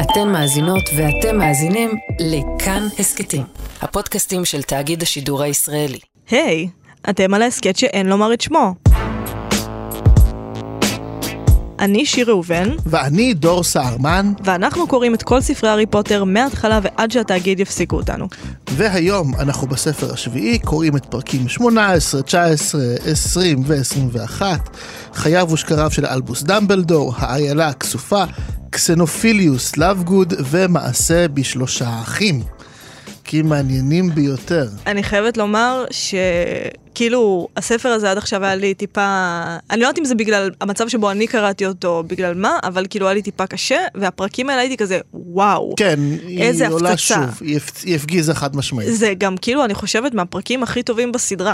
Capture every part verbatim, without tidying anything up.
אתן מאזינות ואתם מאזינים לכאן הסקטים, הפודקאסטים של תאגיד השידור הישראלי. היי, hey, אתם על ההסקט שאין לומר את שמו. אני שיר ראובן. ואני דור סערמן. ואנחנו קוראים את כל ספרי הארי פוטר מההתחלה ועד שהתאגיד יפסיקו אותנו. והיום אנחנו בספר השביעי קוראים את פרקים שמונה עשרה, תשע עשרה, עשרים ו-עשרים ואחת. חייו ושקריו של אלבוס דמבלדור, האיילה הכסופה, קסנופיליוס לאבגוד ומעשה בשלושה האחים. כי מעניינים ביותר. אני חייבת לומר שכאילו הספר הזה עד עכשיו היה לי טיפה, אני לא יודעת אם זה בגלל המצב שבו אני קראתי אותו, בגלל מה, אבל כאילו היה לי טיפה קשה, והפרקים האלה הייתי כזה, וואו. כן, איזה היא עולה הפצצה. שוב, היא, היא הפגיזה חד משמעית. זה גם כאילו, אני חושבת, מהפרקים הכי טובים בסדרה.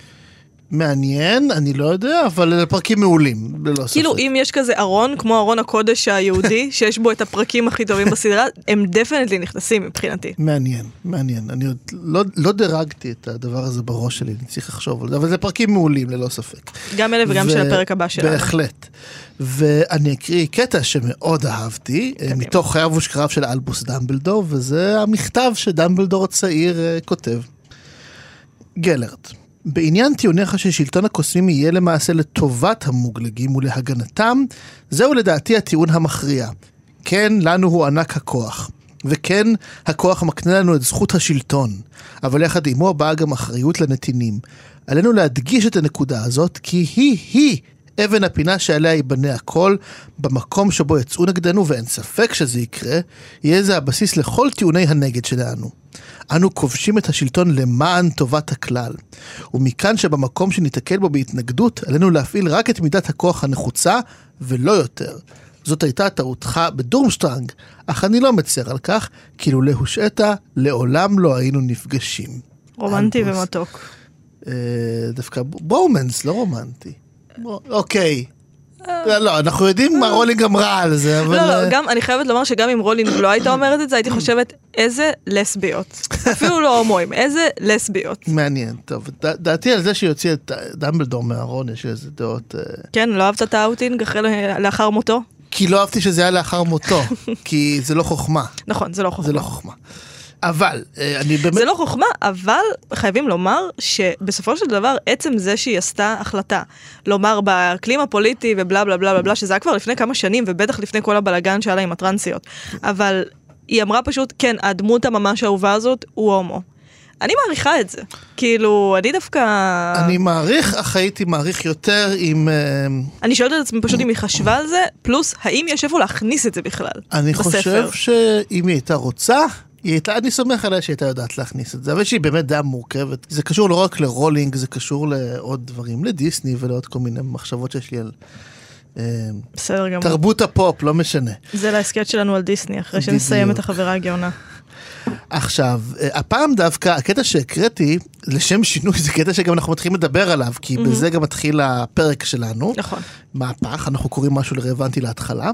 מעניין, אני לא יודע, אבל אלה פרקים מעולים, ללא ספק. כאילו, אם יש כזה ארון, כמו ארון הקודש היהודי, שיש בו את הפרקים הכי טובים בסדרה, הם דפנטלי נכנסים מבחינתי. מעניין, מעניין. אני עוד לא, לא דרגתי את הדבר הזה בראש שלי, אני צריך לחשוב על זה, אבל זה פרקים מעולים, ללא ספק. גם אלה וגם ו... של הפרק הבא שלנו. בהחלט. ואני אקריא קטע שמאוד אהבתי, קדימה. מתוך חייו ושקריו של אלבוס דמבלדור, וזה המכתב שדמבלדור הצעיר כותב. גלרט. בעניין טיעוניך ששלטון הקוסמים יהיה למעשה לטובת המוגלגים ולהגנתם, זהו לדעתי הטיעון המכריע. כן, לנו הוא ענק הכוח. וכן, הכוח מקנה לנו את זכות השלטון. אבל יחד עמו באה גם אחריות לנתינים. עלינו להדגיש את הנקודה הזאת, כי היא-היא אבן הפינה שעליה ייבנה הכל, במקום שבו יצאו נגדנו, ואין ספק שזה יקרה, יהיה זה הבסיס לכל טיעוני הנגד שלנו. אנו כובשים את השלטון למען טובת הכלל, ומכאן שבמקום שניתקל בו בהתנגדות, עלינו להפעיל רק את מידת הכוח הנחוצה, ולא יותר. זאת הייתה טעותך בדורמשטרנג, אך אני לא מצר על כך, כי לולא הושעת, לעולם לא היינו נפגשים. רומנטי ומתוק. אה, דווקא ברומנס, לא רומנטי. אוקיי. לא, אנחנו יודעים מה רולינג אמרה על זה, אבל... לא, לא, גם, אני חייבת לומר שגם אם רולינג לא הייתה אומרת את זה, הייתי חושבת, איזה לסביות. אפילו לא הומואים, איזה לסביות. מעניין, טוב. דעתי על זה שיוציא את דמבלדור מהארון, יש איזה דעות... כן, לא אהבת את האוטינג לאחר מותו? כי לא אהבתי שזה היה לאחר מותו, כי זה לא חוכמה. נכון, זה לא חוכמה. זה לא חוכמה. אבל, אני באמת... זה לא חוכמה, אבל חייבים לומר שבסופו של דבר, עצם זה שהיא עשתה החלטה, לומר באקלים הפוליטי ובלה בלה בלה בלה, שזה היה כבר לפני כמה שנים, ובטח לפני כל הבלגן שהיה לה עם הטרנסיות, אבל היא אמרה פשוט, כן, הדמות הממש האהובה הזאת הוא הומו. אני מעריכה את זה. כאילו, אני דווקא... אני מעריך, אך הייתי מעריך יותר עם... אני שואלת את עצמי פשוט אם היא חשבה על זה, פלוס, האם יש איפה להכניס את זה בכלל? אני חושב שאם היא הייתה רוצה... היא הייתה, אני סומך עליה שהייתה יודעת להכניס את זה, אבל שהיא באמת די מורכבת. זה קשור לא רק לרולינג, זה קשור לעוד דברים, לדיסני ולעוד כל מיני מחשבות שיש לי על בסדר גמור. תרבות הפופ, לא משנה. זה להסקט שלנו על דיסני, אחרי שנסיים את החברה הגאונה. עכשיו, הפעם דווקא, הקטע שהקראתי, לשם שינוי, זה קטע שגם אנחנו מתחילים לדבר עליו, כי mm-hmm. בזה גם מתחיל הפרק שלנו. נכון. מהפך, אנחנו קוראים משהו לרלוונטי להתחלה.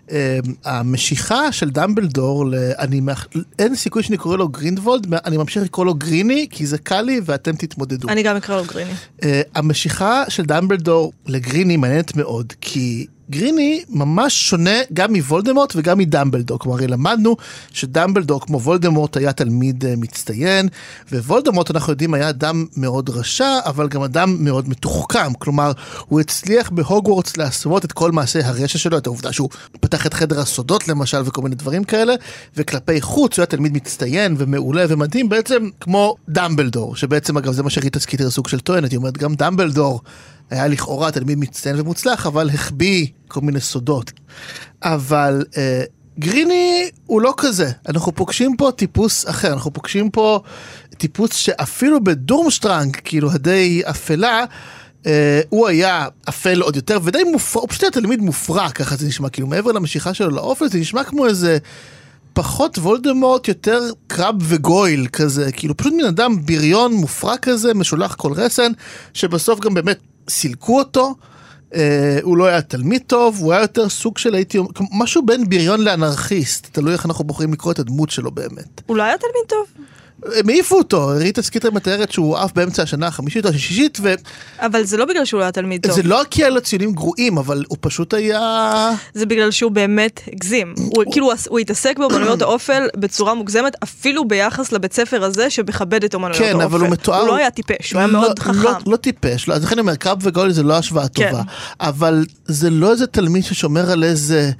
המשיכה של דמבלדור, אני, אין סיכוי שאני קורא לו גרינדוולד, אני ממשיך לקרוא לו גריני, כי זה קל לי ואתם תתמודדו. אני גם אקרא לו גריני. המשיכה של דמבלדור לגריני מעניינת מאוד, כי... גריני ממש שונה גם מוולדמורט וגם מדמבלדור, כלומר למדנו שדמבלדור כמו וולדמורט היה תלמיד מצטיין, ווולדמורט אנחנו יודעים היה אדם מאוד רשע, אבל גם אדם מאוד מתוחכם, כלומר הוא הצליח בהוגוורטס לעשות את כל מעשה הרשע שלו, את העובדה שהוא פתח את חדר הסודות למשל וכל מיני דברים כאלה, וכלפי חוץ הוא היה תלמיד מצטיין ומעולה ומדהים, בעצם כמו דמבלדור, שבעצם אגב זה מה שריטה סקיטר סוג של טוענת, היא אומרת גם דמבלדור היה לכאורה תלמיד מצטיין ומוצלח, אבל החביא כל מיני סודות. אבל אה, גריני הוא לא כזה. אנחנו פוגשים פה טיפוס אחר. אנחנו פוגשים פה טיפוס שאפילו בדורמשטרנג, כאילו הדי אפלה, אה, הוא היה אפל עוד יותר, ודי מופרע, הוא פשוט היה תלמיד מופרע, ככה זה נשמע. כאילו מעבר למשיכה שלו לאופן, זה נשמע כמו איזה פחות וולדמורט, יותר קרב וגויל כזה. כאילו פשוט מן אדם בריון מופרע כזה, משולח כל רסן, שבסוף גם באמת סילקו אותו, אה, הוא לא היה תלמיד טוב, הוא היה יותר סוג של הייתי, משהו בין בריון לאנרכיסט, תלוי איך אנחנו בוחרים לקרוא את הדמות שלו באמת. הוא לא היה תלמיד טוב? הם העיפו אותו, ריטה סקיטר מתארת שהוא עף באמצע השנה החמישית או השישית, ו... אבל זה לא בגלל שהוא לא היה תלמיד טוב. זה לא כי היה לו ציונים גרועים, אבל הוא פשוט היה... זה בגלל שהוא באמת הגזים. הוא, כאילו, הוא התעסק באמנויות האופל בצורה מוגזמת, אפילו ביחס לבית ספר הזה שבכבד את אמנויות האופל. כן, אבל הוא מתואר... הוא לא היה טיפש, הוא היה מאוד חכם. לא, לא טיפש, אז לכן אומר, קרב וגולי זה לא השוואה טובה. אבל זה לא איזה תלמיד ששומר על איזה...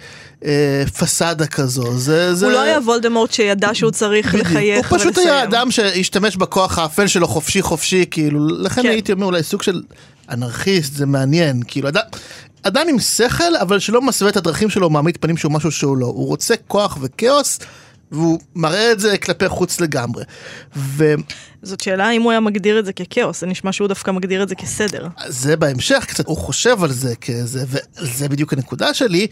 פסדה כזו. זה, זה... הוא לא היה וולדמורט שידע שהוא צריך לחייך הוא פשוט ולסיים. היה אדם שהשתמש בכוח האפל שלו חופשי חופשי, כאילו, לכן כן. הייתי אומר אולי סוג של אנרכיסט, זה מעניין, כאילו, אדם, אדם עם שכל, אבל שלא מסווה את הדרכים שלו, מעמיד פנים שהוא משהו שהוא לא. הוא רוצה כוח וכאוס, והוא מראה את זה כלפי חוץ לגמרי. ו... זאת שאלה אם הוא היה מגדיר את זה ככאוס, זה נשמע שהוא דווקא מגדיר את זה כסדר. זה בהמשך, קצת הוא חושב על זה כזה, וזה בדיוק הנקודה שלי,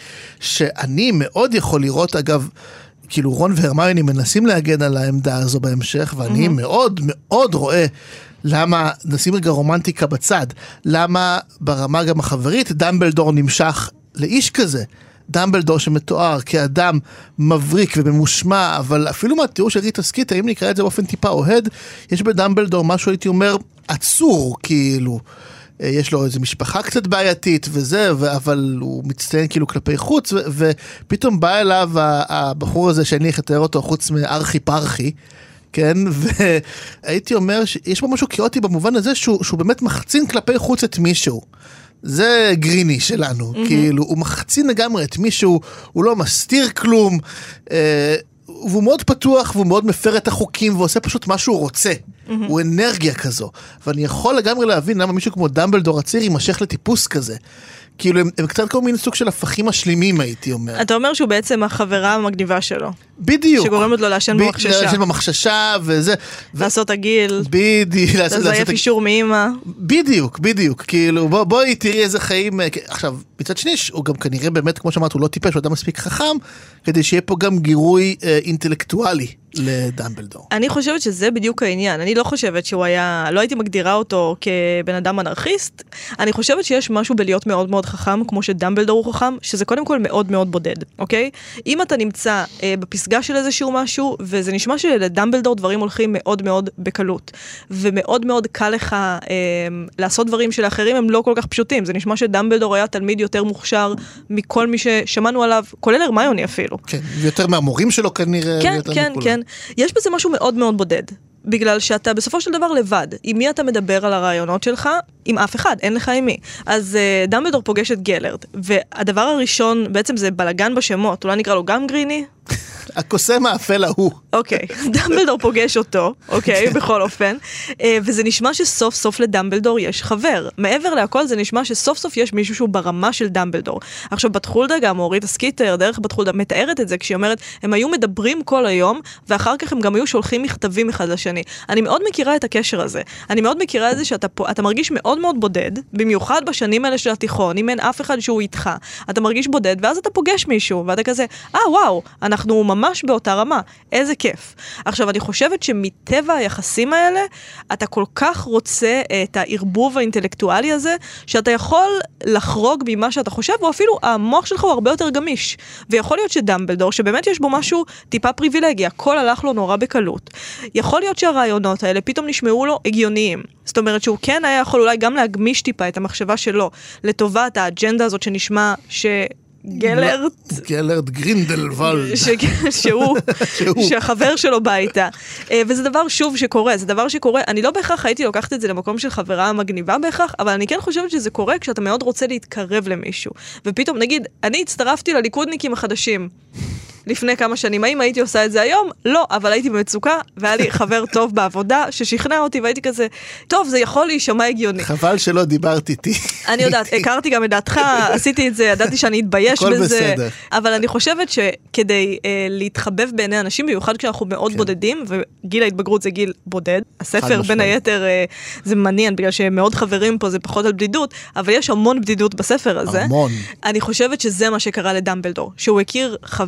שאני מאוד יכול לראות, אגב, כאילו רון והרמיוני מנסים להגן על העמדה הזו בהמשך, ואני mm-hmm. מאוד מאוד רואה למה, נשים רגע רומנטיקה בצד, למה ברמה גם החברית, דמבלדור נמשך לאיש כזה, דמבלדור שמתואר כאדם מבריק וממושמע, אבל אפילו מהתיאור של ריטה סקיטר, אם נקרא את זה באופן טיפה אוהד, יש בדמבלדור משהו, הייתי אומר, עצור, כאילו, יש לו איזו משפחה קצת בעייתית וזה, אבל הוא מצטיין כאילו כלפי חוץ, ו- ופתאום בא אליו הבחור הזה שאני אכתר אותו חוץ מארכי פרחי, כן, והייתי אומר שיש בו משהו כאוטי במובן הזה שהוא, שהוא באמת מחצין כלפי חוץ את מישהו. זה גריני שלנו, mm-hmm. כאילו, הוא מחצין לגמרי את מישהו, הוא לא מסתיר כלום, אה, והוא מאוד פתוח, והוא מאוד מפר את החוקים, ועושה פשוט מה שהוא רוצה. Mm-hmm. הוא אנרגיה כזו. ואני יכול לגמרי להבין למה מישהו כמו דמבלדור הצעיר יימשך לטיפוס כזה. כאילו, הם, הם קצת כל מיני סוג של הפכים משלימים, הייתי אומר. אתה אומר שהוא בעצם החברה המגניבה שלו. בדיוק. שגורמת לו לעשן במחששה. לעשן במחששה, וזה... לעשות הגיל. בדיוק. לזייף אישור מאמא. בדיוק, בדיוק. כאילו, בוא, בואי תראי איזה חיים... עכשיו, מצד שני, הוא גם כנראה באמת, כמו שאמרת, הוא לא טיפש, הוא אדם מספיק חכם, כדי שיהיה פה גם גירוי אה, אינטלקטואלי לדמבלדור. אני חושבת שזה בדיוק העניין. אני לא חושבת שהוא היה... לא הייתי מגדירה אותו כבן אדם אנרכיסט. אני חושבת שיש משהו בלהיות מאוד מאוד חכם, כמו שדמבלדור הוא חכם, שזה קודם כל מאוד מאוד בודד, אוקיי? אם אתה נמצא אה, בפסגה של איזשהו משהו, וזה נשמע שלדמבלדור דברים הולכים מאוד מאוד בקלות, ומאוד מאוד קל לך אה, לעשות דברים שלאחרים הם לא כל כך פשוטים. זה נשמע שדמבלדור היה תלמיד יותר מוכשר מכל מי ששמענו עליו, כולל הרמיוני אפילו. כן, ויותר מהמורים שלו כנראה. כן, כן, כן. יש בזה משהו מאוד מאוד בודד. בגלל שאתה בסופו של דבר לבד. עם מי אתה מדבר על הרעיונות שלך? עם אף אחד, אין לך עם מי. אז uh, דמבלדור פוגש את גלרד, והדבר הראשון, בעצם זה בלגן בשמות, אולי נקרא לו גם גריני? הקוסם האפל ההוא. אוקיי, דמבלדור פוגש אותו, אוקיי, בכל אופן, וזה נשמע שסוף סוף לדמבלדור יש חבר. מעבר להכל זה נשמע שסוף סוף יש מישהו שהוא ברמה של דמבלדור. עכשיו, בתחולדה גם, אורית הסקיטר, דרך בתחולדה, מתארת את זה, כשהיא אומרת, הם היו מדברים כל היום, ואחר כך הם גם היו שולחים מכתבים אחד לשני. אני מאוד מכירה את הקשר הזה. אני מאוד מכירה את זה שאתה אתה מרגיש מאוד מאוד בודד, במיוחד בשנים האלה של התיכון, אם אין אף אחד שהוא איתך. אתה מרגיש בודד, ואז אתה פוגש מישהו, ואתה כזה, אה, וואו, אנחנו ממש באותה רמה. איזה כיף. עכשיו, אני חושבת שמטבע היחסים האלה, אתה כל כך רוצה את הערבוב האינטלקטואלי הזה, שאתה יכול לחרוג ממה שאתה חושב, או אפילו המוח שלך הוא הרבה יותר גמיש. ויכול להיות שדמבלדור, שבאמת יש בו משהו טיפה פריבילגיה, הכל הלך לו נורא בקלות. יכול להיות שהרעיונות האלה פתאום נשמעו לו הגיוניים. זאת אומרת שהוא כן היה יכול אולי גם להגמיש טיפה את המחשבה שלו, לטובת האג'נדה הזאת שנשמע ש... גלרד גלרד גרינדלוולד שהוא שהחבר שלו ביתה, וזה דבר שוב שקורה, זה דבר שקורה, אני לא בהכרח הייתי לוקחת את זה למקום של חברה מגניבה בהכרח, אבל אני כן חושבת שזה קורה כשאתה מאוד רוצה להתקרב למישהו, ופתאום נגיד, אני הצטרפתי לליכודניקים החדשים לפני כמה שנים, האם הייתי עושה את זה היום? לא, אבל הייתי במצוקה, והיה לי חבר טוב בעבודה, ששכנע אותי, והייתי כזה, טוב, זה יכול להישמע הגיוני. חבל שלא דיברת איתי. אני יודעת, הכרתי גם את דעתך, עשיתי את זה, ידעתי שאני אתבייש בזה. בסדר. אבל אני חושבת שכדי אה, להתחבב בעיני אנשים, במיוחד כשאנחנו מאוד כן. בודדים, וגיל ההתבגרות זה גיל בודד, הספר בין היתר אה, זה מעניין, בגלל שהם מאוד חברים פה, זה פחות על בדידות, אבל יש המון בדידות בספר הזה. המון. אני חושבת שזה מה שקרה לדמבלדור, שהוא הכיר חבר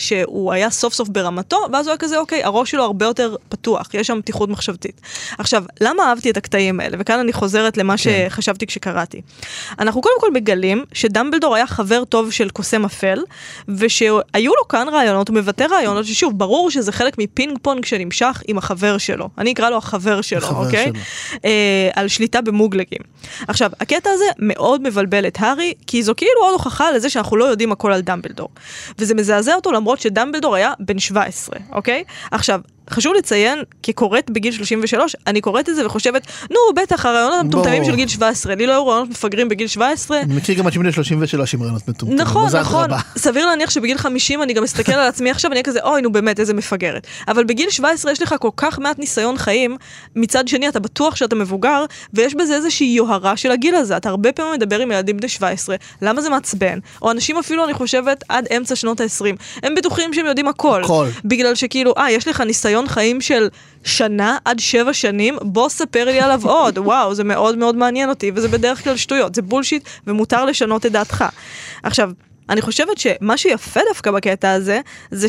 שהוא היה סוף סוף ברמתו, ואז הוא היה כזה, אוקיי, הראש שלו הרבה יותר פתוח, יש שם פתיחות מחשבתית. עכשיו, למה אהבתי את הקטעים האלה? וכאן אני חוזרת למה כן. שחשבתי כשקראתי. אנחנו קודם כל מגלים שדמבלדור היה חבר טוב של קוסם אפל, ושהיו לו כאן רעיונות, הוא מבטא רעיונות, ששוב, ברור שזה חלק מפינג פונג שנמשך עם החבר שלו. אני אקרא לו החבר שלו, החבר אוקיי? שלו. אה, על שליטה במוגלגים. עכשיו, הקטע הזה מאוד מבלבל את הארי, כי זו כאילו עוד הוכחה לזה שאנחנו לא יודעים הכל על דמבלדור. וזה מזעזע אותו למרות שדמבלדור היה בן שבע עשרה, אוקיי? עכשיו, חשוב לציין, כקוראת בגיל שלושים ושלוש, אני קוראת את זה וחושבת, נו, בטח, הרעיונות המטומטמים של גיל שבע עשרה, לי לא היו רעיונות מפגרים בגיל שבע עשרה. אני מכיר גם אנשים בני שלושים ושלוש עם רעיונות מטומטמים. נכון, נכון. סביר להניח שבגיל חמישים אני גם מסתכל על עצמי עכשיו, אני אהיה כזה, אוי, נו באמת, איזה מפגרת. אבל בגיל שבע עשרה יש לך כל כך מעט ניסיון חיים, מצד שני אתה בטוח שאתה מבוגר, ויש בזה איזושהי יוהרה של הגיל הזה. אתה הרבה פעמים מדבר עם ילדים בני שבע עשרה, למה זה מעצבן? או אנשים אפילו, אני חושבת, עד אמצע שנות ה-עשרים. הם בטוחים שהם יודעים הכל. הכל. בגלל שכאילו, אה, יש לך ניסיון חיים של שנה עד שבע שנים, בוא ספר לי עליו עוד. וואו, זה מאוד מאוד מעניין אותי, וזה בדרך כלל שטויות. זה בולשיט, ומותר לשנות את דעתך. עכשיו, אני חושבת שמה שיפה דווקא בקטע הזה, זה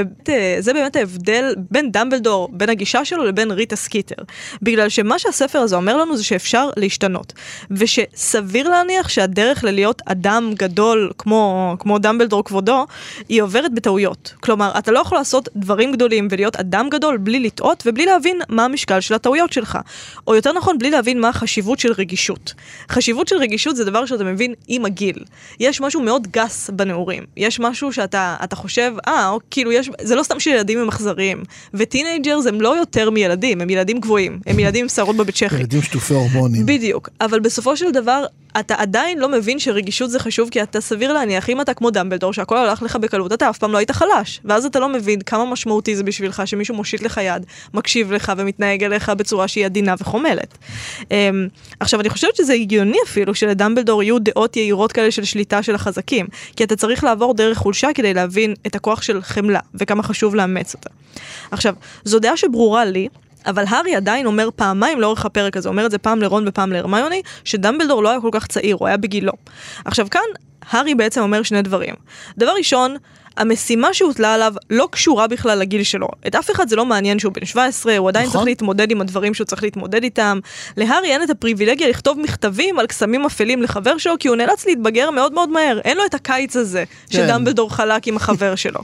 שזה באמת ההבדל בין דמבלדור, בין הגישה שלו לבין ריטה סקיטר. בגלל שמה שהספר הזה אומר לנו זה שאפשר להשתנות. ושסביר להניח שהדרך ללהיות אדם גדול כמו, כמו דמבלדור כבודו, היא עוברת בטעויות. כלומר, אתה לא יכול לעשות דברים גדולים ולהיות אדם גדול בלי לטעות ובלי להבין מה המשקל של הטעויות שלך. או יותר נכון, בלי להבין מה החשיבות של רגישות. חשיבות של רגישות זה דבר שאתה מבין עם הגיל. יש משהו מאוד גס בנעורים. יש משהו שאתה אתה חושב, אה, או, כאילו יש, זה לא סתם שילדים הם אכזריים. וטינג'רס הם לא יותר מילדים, הם ילדים גבוהים. הם ילדים עם שערות בבית שחי. ילדים שטופי הורמונים. בדיוק. אבל בסופו של דבר, אתה עדיין לא מבין שרגישות זה חשוב, כי אתה סביר להניח, אם אתה כמו דמבלדור, שהכל הלך לך בקלות, אתה אף פעם לא היית חלש. ואז אתה לא מבין כמה משמעותי זה בשבילך, שמישהו מושיט לך יד, מקשיב לך ומתנהג אליך בצורה שהיא עדינה וחומלת. עכשיו, אני חושבת שזה הגיוני אפילו, שלדמבלדור יהיו דעות יהירות כאלה של שליטה של החזקים, כי אתה צריך לעבור דרך חולשה כדי להבין את הכוח של חמלה, וכמה חשוב לאמץ אותה. עכשיו, זו דעה שברורה לי, אבל הארי עדיין אומר פעמיים לאורך הפרק הזה, אומר את זה פעם לרון ופעם להרמיוני, שדמבלדור לא היה כל כך צעיר, הוא היה בגילו. עכשיו כאן, הארי בעצם אומר שני דברים. דבר ראשון, המשימה שהוטלה עליו לא קשורה בכלל לגיל שלו. את אף אחד זה לא מעניין שהוא בן שבע עשרה, הוא עדיין נכון. צריך להתמודד עם הדברים שהוא צריך להתמודד איתם. להארי אין את הפריבילגיה לכתוב מכתבים על קסמים אפלים לחבר שלו, כי הוא נאלץ להתבגר מאוד מאוד מהר. אין לו את הקיץ הזה, כן. שדמבלדור חלק עם החבר שלו.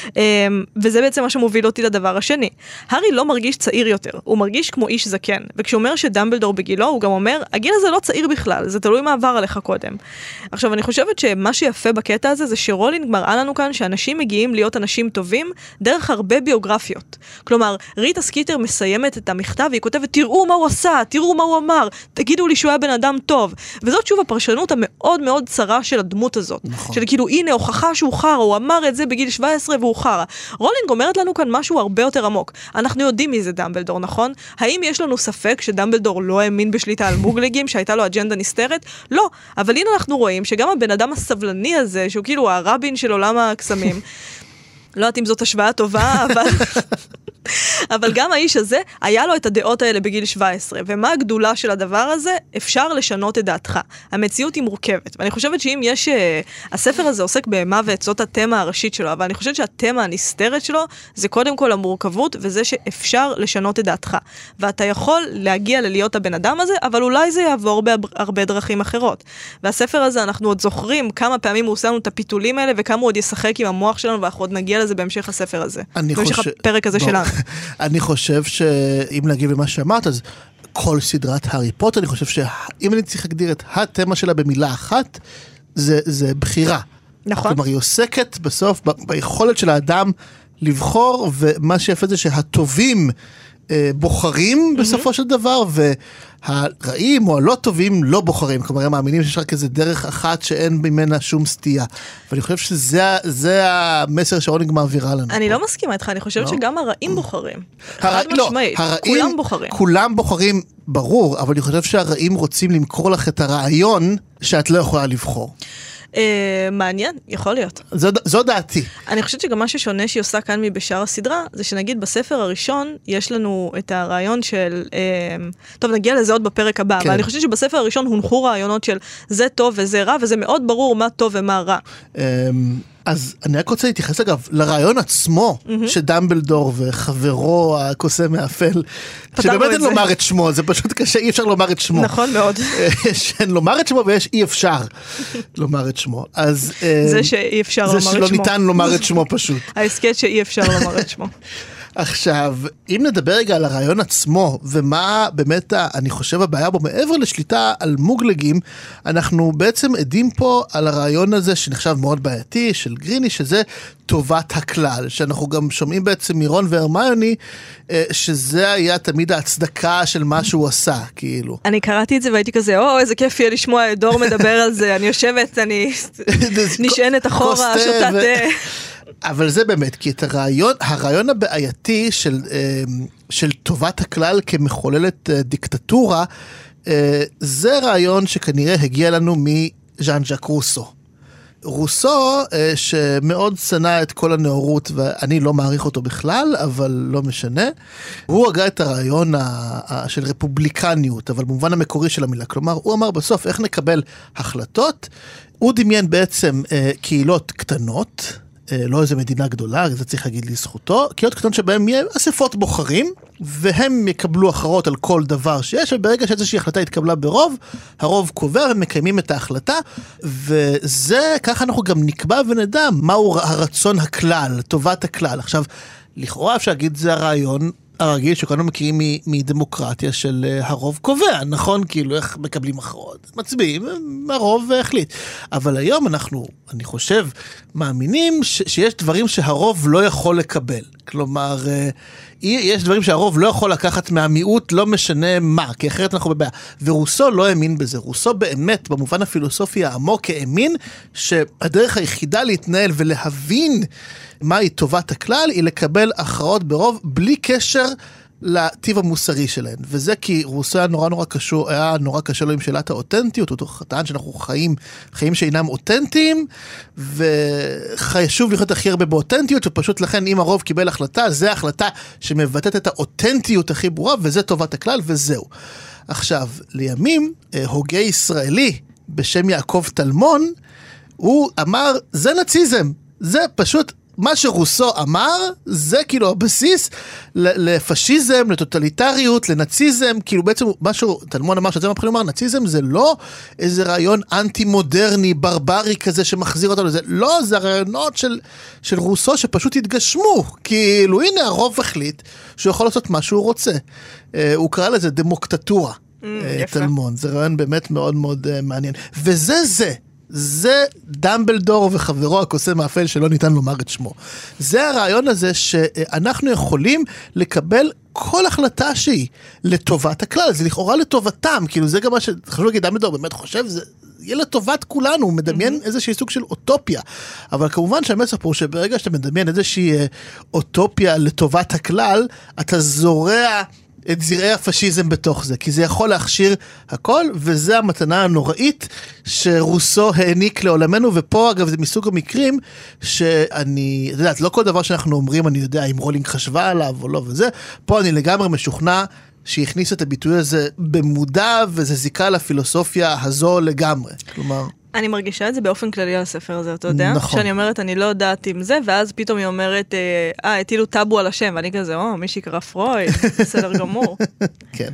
וזה בעצם מה שמוביל אותי לדבר השני. הארי לא מרגיש צעיר יותר, הוא מרגיש כמו איש זקן. וכשהוא אומר שדמבלדור בגילו, הוא גם אומר, הגיל הזה לא צעיר בכלל, זה תלוי מה עבר עליך קודם. עכשיו, אני חושבת שמה שיפה בקטע הזה, זה שרולינג מראה לנו כאן שאנשים מגיעים להיות אנשים טובים דרך הרבה ביוגרפיות. כלומר, ריטה סקיטר מסיימת את המכתב והיא כותבת, תראו מה הוא עשה, תראו מה הוא אמר, תגידו לי שהוא היה בן אדם טוב. וזאת שוב הפרשנות המאוד מאוד צרה של הדמות הזאת. נכון. של כאילו, הנה, הוכחה שהוא חרה, הוא אמר את זה בגיל שבע עשרה והוא חרה. רולינג אומרת לנו כאן משהו הרבה יותר עמוק. אנחנו יודעים מי זה דמבלדור, נכון? האם יש לנו ספק שדמבלדור לא האמין בשליטה על מוגלגים, שהייתה לו אג'נדה נסתרת? לא. אבל הנה אנחנו רואים שגם הבן אדם הסבלני הזה, שהוא כאילו הרבין של עולם הקסמים, לא יודעת אם זאת השוואה טובה, אבל... אבל גם האיש הזה, היה לו את הדעות האלה בגיל שבע עשרה, ומה הגדולה של הדבר הזה? אפשר לשנות את דעתך. המציאות היא מורכבת, ואני חושבת שאם יש... הספר הזה עוסק במוות, זאת התמה הראשית שלו, אבל אני חושבת שהתמה הנסתרת שלו, זה קודם כל המורכבות, וזה שאפשר לשנות את דעתך. ואתה יכול להגיע ללהיות הבן אדם הזה, אבל אולי זה יעבור בהרבה דרכים אחרות. והספר הזה, אנחנו עוד זוכרים כמה פעמים הוא עושה לנו את הפיתולים האלה, וכמה הוא עוד ישחק עם המוח שלנו, ואנחנו עוד נגיע לזה בהמשך הספר הזה. בהמשך הפרק הזה שלנו. אני חושב שאם להגיב למה שאמרת, אז כל סדרת הארי פוטר, אני חושב שאם אני צריך להגדיר את התמה שלה במילה אחת, זה, זה בחירה. נכון. כלומר, היא עוסקת בסוף ב- ביכולת של האדם לבחור, ומה שיפה זה שהטובים אה, בוחרים mm-hmm. בסופו של דבר, והרעים או הלא טובים לא בוחרים. כלומר, הם מאמינים שיש רק איזה דרך אחת שאין ממנה שום סטייה. ואני חושב שזה המסר שרולינג מעבירה לנו. אני לא מסכימה איתך, אני חושבת שגם הרעים בוחרים. חד משמעית, כולם בוחרים. כולם בוחרים, ברור, אבל אני חושב שהרעים רוצים למכור לך את הרעיון שאת לא יכולה לבחור. מעניין, יכול להיות. זו דעתי. אני חושבת שגם מה ששונה שהיא עושה כאן מבשאר הסדרה, זה שנגיד בספר הראשון, יש לנו את הרעיון של, טוב נגיע לזה עוד בפרק הבא, אבל אני חושבת שבספר הראשון הונחו רעיונות של זה טוב וזה רע, וזה מאוד ברור מה טוב ומה רע. אז אני רק רוצה להתייחס אגב לרעיון עצמו, שדמבלדור וחברו הקוסם האפל, שבאמת אין לומר את שמו, זה פשוט קשה, אי אפשר לומר את שמו. נכון מאוד. שאין לומר את שמו ויש אי אפשר לומר את שמו. אז זה שאי אפשר לומר את שמו. זה שלא ניתן לומר את שמו פשוט. ההסכת שאי אפשר לומר את שמו. עכשיו, אם נדבר רגע על הרעיון עצמו, ומה באמת, אני חושב, הבעיה בו, מעבר לשליטה על מוגלגים, אנחנו בעצם עדים פה על הרעיון הזה, שנחשב מאוד בעייתי, של גריני, שזה טובת הכלל, שאנחנו גם שומעים בעצם מרון והרמיוני, שזה היה תמיד ההצדקה של מה שהוא עשה, כאילו. אני קראתי את זה והייתי כזה, או, איזה כיף יהיה לשמוע את דור מדבר על זה, אני יושבת, אני נשענת אחורה, שותה תה. אבל זה באמת, כי את הרעיון, הרעיון הבעייתי של, של טובת הכלל כמחוללת דיקטטורה, זה רעיון שכנראה הגיע לנו מז'אן ז'אק רוסו. רוסו, שמאוד שנא את כל הנאורות, ואני לא מעריך אותו בכלל, אבל לא משנה, הוא הגה את הרעיון של רפובליקניות, אבל במובן המקורי של המילה, כלומר, הוא אמר בסוף איך נקבל החלטות, הוא דמיין בעצם קהילות קטנות, לא איזה מדינה גדולה, זה צריך להגיד לזכותו, קהילות קטנות שבהם יהיה אספות בוחרים, והם יקבלו הכרעות על כל דבר שיש, וברגע שאיזושהי החלטה התקבלה ברוב, הרוב קובע ומקיימים את ההחלטה, וזה, ככה אנחנו גם נקבע ונדע מהו הרצון הכלל, טובת הכלל. עכשיו, לכאורה אפשר להגיד זה הרעיון הרגיל שכולנו מכירים מדמוקרטיה של הרוב קובע, נכון? כאילו איך מקבלים הכרעות, מצביעים, הרוב החליט. אבל היום אנחנו, אני חושב, מאמינים ש- שיש דברים שהרוב לא יכול לקבל. כלומר, יש דברים שהרוב לא יכול לקחת מהמיעוט, לא משנה מה, כי אחרת אנחנו בבעיה. ורוסו לא האמין בזה. רוסו באמת, במובן הפילוסופי העמוק, האמין שהדרך היחידה להתנהל ולהבין מהי טובת הכלל, היא לקבל הכרעות ברוב, בלי קשר לטיב המוסרי שלהן. וזה כי רוסו היה נורא נורא קשור, היה נורא קשה לו עם שאלת האותנטיות, אותו טען שאנחנו חיים, חיים שאינם אותנטיים, וחשוב לחיות הכי הרבה באותנטיות, ופשוט לכן אם הרוב קיבל החלטה, זה החלטה שמבטאת את האותנטיות הכי ברורה, וזה טובת הכלל, וזהו. עכשיו, לימים, הוגה ישראלי בשם יעקב טלמון, הוא אמר, זה נאציזם, זה פשוט מה שרוסו אמר, זה כאילו הבסיס לפשיזם, לטוטליטריות, לנאציזם, כאילו בעצם מה שטלמון אמר, שזה מבחינים אמר, נאציזם זה לא איזה רעיון אנטי-מודרני, ברברי כזה שמחזיר אותנו לזה, לא, זה הרעיונות של, של רוסו שפשוט התגשמו, כאילו הנה הרוב החליט שהוא יכול לעשות מה שהוא רוצה. הוא קרא לזה דמוקטטורה, טלמון, זה רעיון באמת מאוד מאוד מעניין, וזה זה. זה דמבלדור וחברו הקוסם האפל שלא ניתן לומר את שמו. זה הרעיון הזה שאנחנו יכולים לקבל כל החלטה שהיא לטובת הכלל, זה לכאורה לטובתם, כאילו זה גם מה שחשוב להגיד, דמבלדור באמת חושב, זה יהיה לטובת כולנו, הוא מדמיין איזושהי סוג של אוטופיה, אבל כמובן שהמסר פה שברגע שאתה מדמיין איזושהי אוטופיה לטובת הכלל, אתה זורע את זרעי הפשיזם בתוך זה, כי זה יכול להכשיר הכל, וזה המתנה הנוראית שרוסו העניק לעולמנו, ופה אגב זה מסוג המקרים שאני, אתה יודעת, לא כל דבר שאנחנו אומרים, אני יודע אם רולינג חשבה עליו או לא וזה, פה אני לגמרי משוכנע שהכניס את הביטוי הזה במודע, וזה זיקה לפילוסופיה הזו לגמרי, כלומר אני מרגישה את זה באופן כללי על הספר הזה, אתה יודע? נכון. שאני אומרת, אני לא יודעת עם זה, ואז פתאום היא אומרת, אה, הטילו טאבו על השם, ואני כזה, או, מי שיקרא פרויד, בסדר גמור. כן.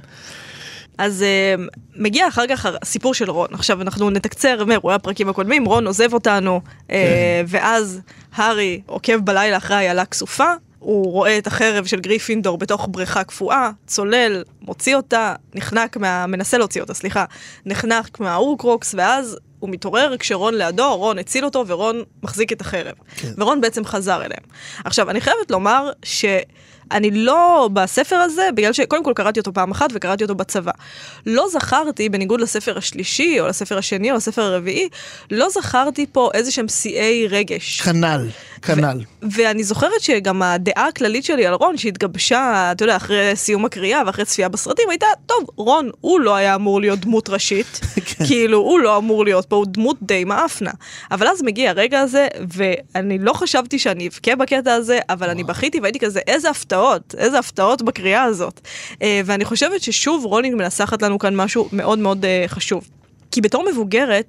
אז uh, מגיע אחר כך הסיפור של רון. עכשיו אנחנו נתקצר מאירועי הפרקים הקודמים, רון עוזב אותנו, כן. uh, ואז הארי עוקב בלילה אחרי איילה כסופה, הוא רואה את החרב של גריפינדור בתוך בריכה קפואה, צולל, מוציא אותה, נחנק מה... מנסה להוציא אותה, סליחה, נחנק מהאורקרוקס, ואז הוא מתעורר כשרון לידו, רון הציל אותו, ורון מחזיק את החרב. כן. ורון בעצם חזר אליהם. עכשיו, אני חייבת לומר ש... אני לא בספר הזה, בגלל שקודם כל קראתי אותו פעם אחת וקראתי אותו בצבא. לא זכרתי, בניגוד לספר השלישי, או לספר השני, או לספר הרביעי, לא זכרתי פה איזה שהם שיאי רגש. כנל, כנל. ו- ואני זוכרת שגם הדעה הכללית שלי על רון, שהתגבשה, אתה יודע, אחרי סיום הקריאה ואחרי צפייה בסרטים, הייתה, טוב, רון, הוא לא היה אמור להיות דמות ראשית, כאילו, הוא לא אמור להיות פה, הוא דמות די מאפנה. אבל אז מגיע הרגע הזה, ואני לא חשבתי שאני אבכה בקטע הזה, אבל אני בכיתי והייתי כזה, איזה הפתעות, איזה הפתעות בקריאה הזאת. ואני חושבת ששוב רולינג מנסחת לנו כאן משהו מאוד מאוד חשוב. כי בתור מבוגרת,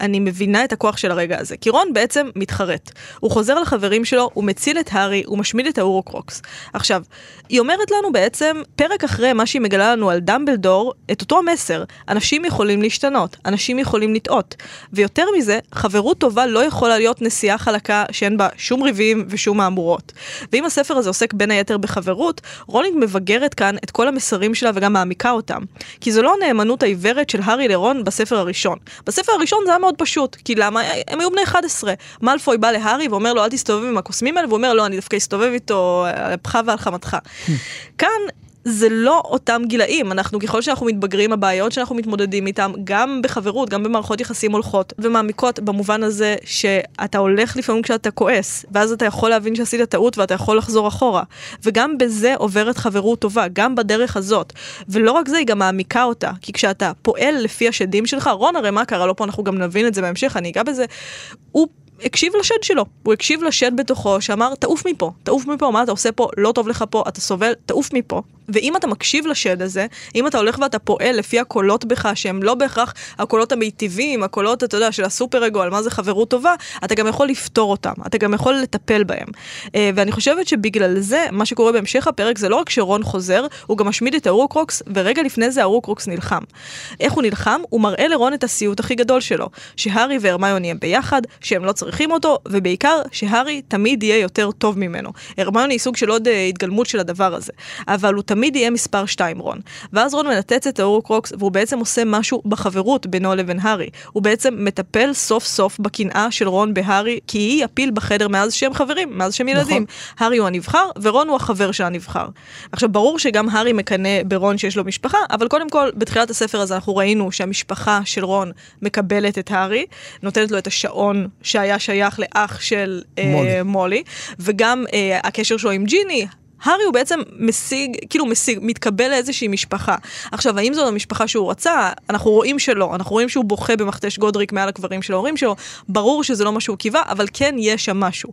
אני מבינה את הכוח של הרגע הזה. כי רון בעצם מתחרט. הוא חוזר לחברים שלו, הוא מציל את הארי, הוא משמיד את האורוקרוקס. עכשיו, היא אומרת לנו בעצם, פרק אחרי מה שהיא מגלה לנו על דמבלדור, את אותו המסר. אנשים יכולים להשתנות, אנשים יכולים לטעות. ויותר מזה, חברות טובה לא יכולה להיות נסיעה חלקה שאין בה שום ריבים ושום מאמורות. ואם הספר הזה עוסק בין היתר בחברות, רולינג מבגרת כאן את כל המסרים שלה וגם מעמיקה אותם. כי זו לא הנאמנות העיוורת של הארי לרון בספר הראשון. בספר הראשון זה היה מאוד פשוט, כי למה? הם היו בני אחד עשרה. מאלפוי בא להארי ואומר לו, אל תסתובב עם הקוסמים האלה, ואומר לו, אני דווקא אסתובב איתו על אפך ועל חמתך. כאן זה לא אותם גילאים. אנחנו, ככל שאנחנו מתבגרים, הבעיות שאנחנו מתמודדים איתם, גם בחברות, גם במערכות יחסים הולכות ומעמיקות, במובן הזה שאתה הולך לפעמים כשאתה כועס, ואז אתה יכול להבין שעשית טעות ואתה יכול לחזור אחורה. וגם בזה עוברת חברות טובה, גם בדרך הזאת. ולא רק זה, היא גם מעמיקה אותה. כי כשאתה פועל לפי השדים שלך, רון הרי מה קרה לו פה, אנחנו גם נבין את זה בהמשך, אני אגע בזה, הוא הקשיב לשד שלו, הוא הקשיב לשד בתוכו שאמר, תעוף מפה, תעוף מפה, מה אתה עושה פה, לא טוב לך פה, אתה סובל, תעוף מפה. ואם אתה מקשיב לשד הזה, אם אתה הולך ואתה פועל לפי הקולות בך, שהם לא בהכרח הקולות המיטיביים, הקולות, אתה יודע, של הסופר אגו, על מה זה חברות טובה, אתה גם יכול לפתור אותם, אתה גם יכול לטפל בהם. ואני חושבת שבגלל זה, מה שקורה בהמשך הפרק, זה לא רק שרון חוזר, הוא גם משמיד את האורוקרוקס, ורגע לפני זה האורוקרוקס נלחם. איך הוא נלחם? הוא מראה לרון את הסיוט הכי גדול שלו, שהארי והרמיוני הם ביחד, שהם לא צריכים אותו, ובעיקר שהארי תמיד יהיה יותר טוב ממנו. הרמיוני היא סוג של עוד התגלמות של הדבר הזה. אבל הוא תמיד יהיה מספר שתיים, רון. ואז רון מנתץ את האורוקרוקס, והוא בעצם עושה משהו בחברות בינו לבין הארי. הוא בעצם מטפל סוף סוף בקנאה של רון בהארי, כי היא הפיל בחדר מאז שהם חברים, מאז שהם ילדים. נכון. הארי הוא הנבחר, ורון הוא החבר של הנבחר. עכשיו, ברור שגם הארי מקנה ברון שיש לו משפחה, אבל קודם כל, בתחילת הספר הזה אנחנו ראינו שהמשפחה של רון מקבלת את הארי, נותנת לו את השעון שהיה שייך לאח של מולי, אה, מולי וגם אה, הקשר שלו עם ג'יני, הארי הוא בעצם משיג, כאילו משיג, מתקבל לאיזושהי משפחה. עכשיו, האם זו המשפחה שהוא רצה? אנחנו רואים שלא. אנחנו רואים שהוא בוכה במכתש גודריק מעל הקברים של ההורים שלו. ברור שזה לא מה שהוא קיווה, אבל כן יש שם משהו.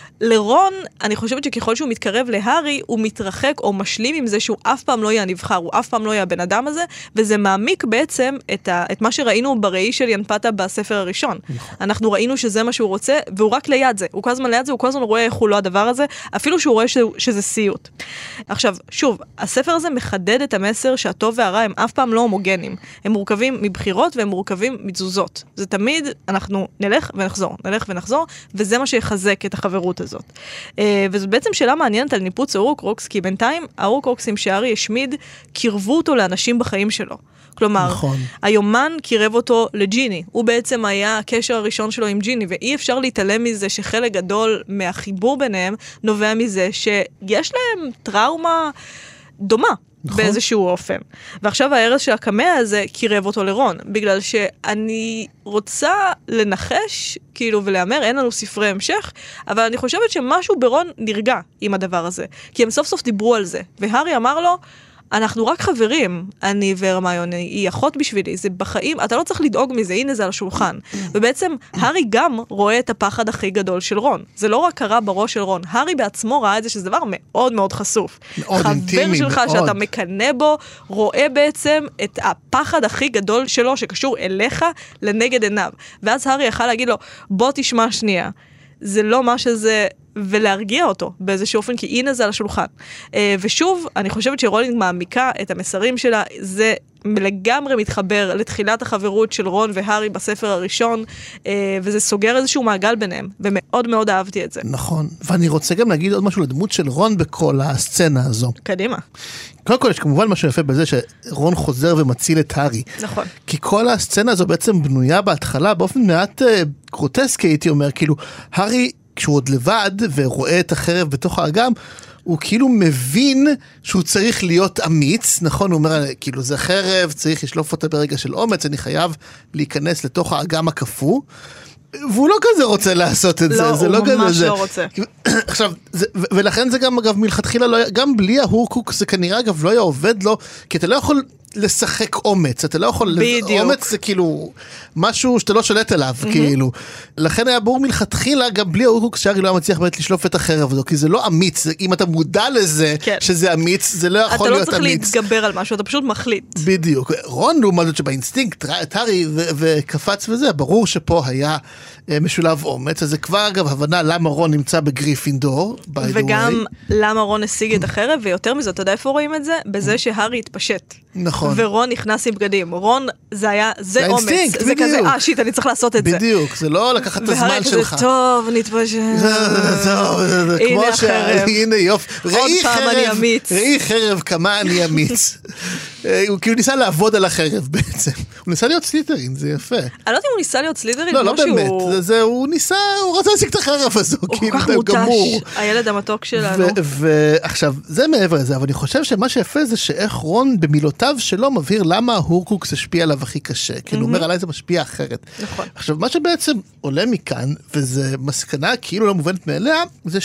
לרון, אני חושבת שככל שהוא מתקרב להארי, הוא מתרחק או משלים עם זה שהוא אף פעם לא יהיה הנבחר, הוא אף פעם לא יהיה הבן אדם הזה, וזה מעמיק בעצם את, ה, את מה שראינו בראי של ינפתה בספר הראשון. אנחנו ראינו שזה מה שהוא רוצה, והוא רק ליד זה. הוא כל הזמן ליד זה, הוא כל הזמן רואה איך הוא לא הדבר הזה, אפילו שהוא רואה שזה, שזה סיוט. עכשיו, שוב, הספר הזה מחדד את המסר שהטוב והרע הם אף פעם לא הומוגנים. הם מורכבים מבחירות והם מורכבים מתזוזות. זה תמיד, אנחנו נלך ונחזור, נלך ונחזור, וזה מה שיחזק את החברות הזאת. וזו בעצם שאלה מעניינת על ניפוץ האורוקרוקס, כי בינתיים האורוקרוקסים שהארי השמיד קירבו אותו לאנשים בחיים שלו. כלומר, נכון. היומן קירב אותו לג'יני. הוא בעצם היה הקשר הראשון שלו עם ג'יני, ואי אפשר להתעלם מזה שחלק גדול מהחיבור ביניהם נובע מזה שיש להם טראומה דומה. נכון. באיזשהו אופן. ועכשיו הערס של הקמע הזה קירב אותו לרון, בגלל שאני רוצה לנחש, כאילו, ולאמר, אין לנו ספרי המשך, אבל אני חושבת שמשהו ברון נרגע עם הדבר הזה. כי הם סוף סוף דיברו על זה. והארי אמר לו, אנחנו רק חברים, אני והרמיוני, היא אחות בשבילי, זה בחיים, אתה לא צריך לדאוג מזה, הנה זה על השולחן. ובעצם, הארי גם רואה את הפחד הכי גדול של רון. זה לא רק קרה בראש של רון, הארי בעצמו ראה את זה, שזה דבר מאוד מאוד חשוף. מאוד אינטימי, חבר שלך מאוד. שאתה מקנה בו, רואה בעצם את הפחד הכי גדול שלו, שקשור אליך, לנגד עיניו. ואז הארי יכל להגיד לו, בוא תשמע שנייה. זה לא מה שזה, ולהרגיע אותו באיזשהו אופן, כי הנה זה על השולחן. ושוב, אני חושבת שרולינג מעמיקה את המסרים שלה, זה לגמרי מתחבר לתחילת החברות של רון והארי בספר הראשון, וזה סוגר איזשהו מעגל ביניהם, ומאוד מאוד אהבתי את זה. נכון, ואני רוצה גם להגיד עוד משהו לדמות של רון בכל הסצנה הזו. קדימה. קודם כל, יש כמובן משהו יפה בזה שרון חוזר ומציל את הארי. נכון. כי כל הסצנה הזו בעצם בנויה בהתחלה, באופן מעט גרוטסקי, הייתי אומר, כאילו, הארי, כשהוא עוד לבד ורואה את החרב בתוך האגם, הוא כאילו מבין שהוא צריך להיות אמיץ, נכון? הוא אומר, כאילו, זה חרב, צריך לשלוף אותה ברגע של אומץ, אני חייב להיכנס לתוך האגם הקפוא, והוא לא כזה רוצה לעשות את לא, זה, זה לא כזה. לא, הוא ממש זה. לא רוצה. עכשיו, זה, ולכן זה גם, אגב, מלכתחילה, לא, גם בלי ההורקוק, זה כנראה, אגב, לא היה עובד לו, כי אתה לא יכול לשחק אומץ, אתה לא יכול, בדיוק. אומץ זה כאילו משהו שאתה לא שולט עליו, mm-hmm. כאילו. לכן היה ברור מלכתחילה, גם בלי האורקוקס שהארי לא מצליח באמת לשלוף את החרב הזו, כי זה לא אמיץ, אם אתה מודע לזה כן. שזה אמיץ, זה לא יכול להיות אמיץ. אתה לא צריך להתגבר על משהו, אתה פשוט מחליט. בדיוק. רון לעומת זאת שבאינסטינקט, את הארי וקפץ וזה, ברור שפה היה משולב אומץ, אז זה כבר אגב הבנה למה רון נמצא בגריפינדור, וגם למה רון השיג את החרב, ויותר מזה, אתה יודע איפה רואים את זה? בזה שהארי התפשט. נכון. ורון נכנס עם בגדים. רון, זה היה, זה אומץ. זה כזה, אה, שיט, אני צריך לעשות את זה. בדיוק, זה לא לקחת את הזמן שלך. והרי כזה, טוב, נתפשט. טוב, כמו ש... הנה יופי. עוד פעם אני אמיץ. ראי חרב, כמה אני אמיץ. הוא כאילו ניסה לעבוד על החרב בעצם. הוא ניסה להיות סלית'רין, זה יפה. אני לא יודעת אם הוא ניסה להיות סלית'רין, לא, לא באמת. הוא ניסה, הוא רצה להשיג את החרב הזו. הוא כל כך מוטש, הילד המתוק שלנו. ועכשיו, זה מעבר לזה, אבל אני חושב שמה שיפה זה שאיך רון במילותיו שלו מבהיר למה ההורקוקס השפיע עליו הכי קשה. כאילו, הוא אומר עליי זה משפיע אחרת. נכון. עכשיו, מה שבעצם עולה מכאן, וזה מסקנה כאילו לא מובנת מאליה, זה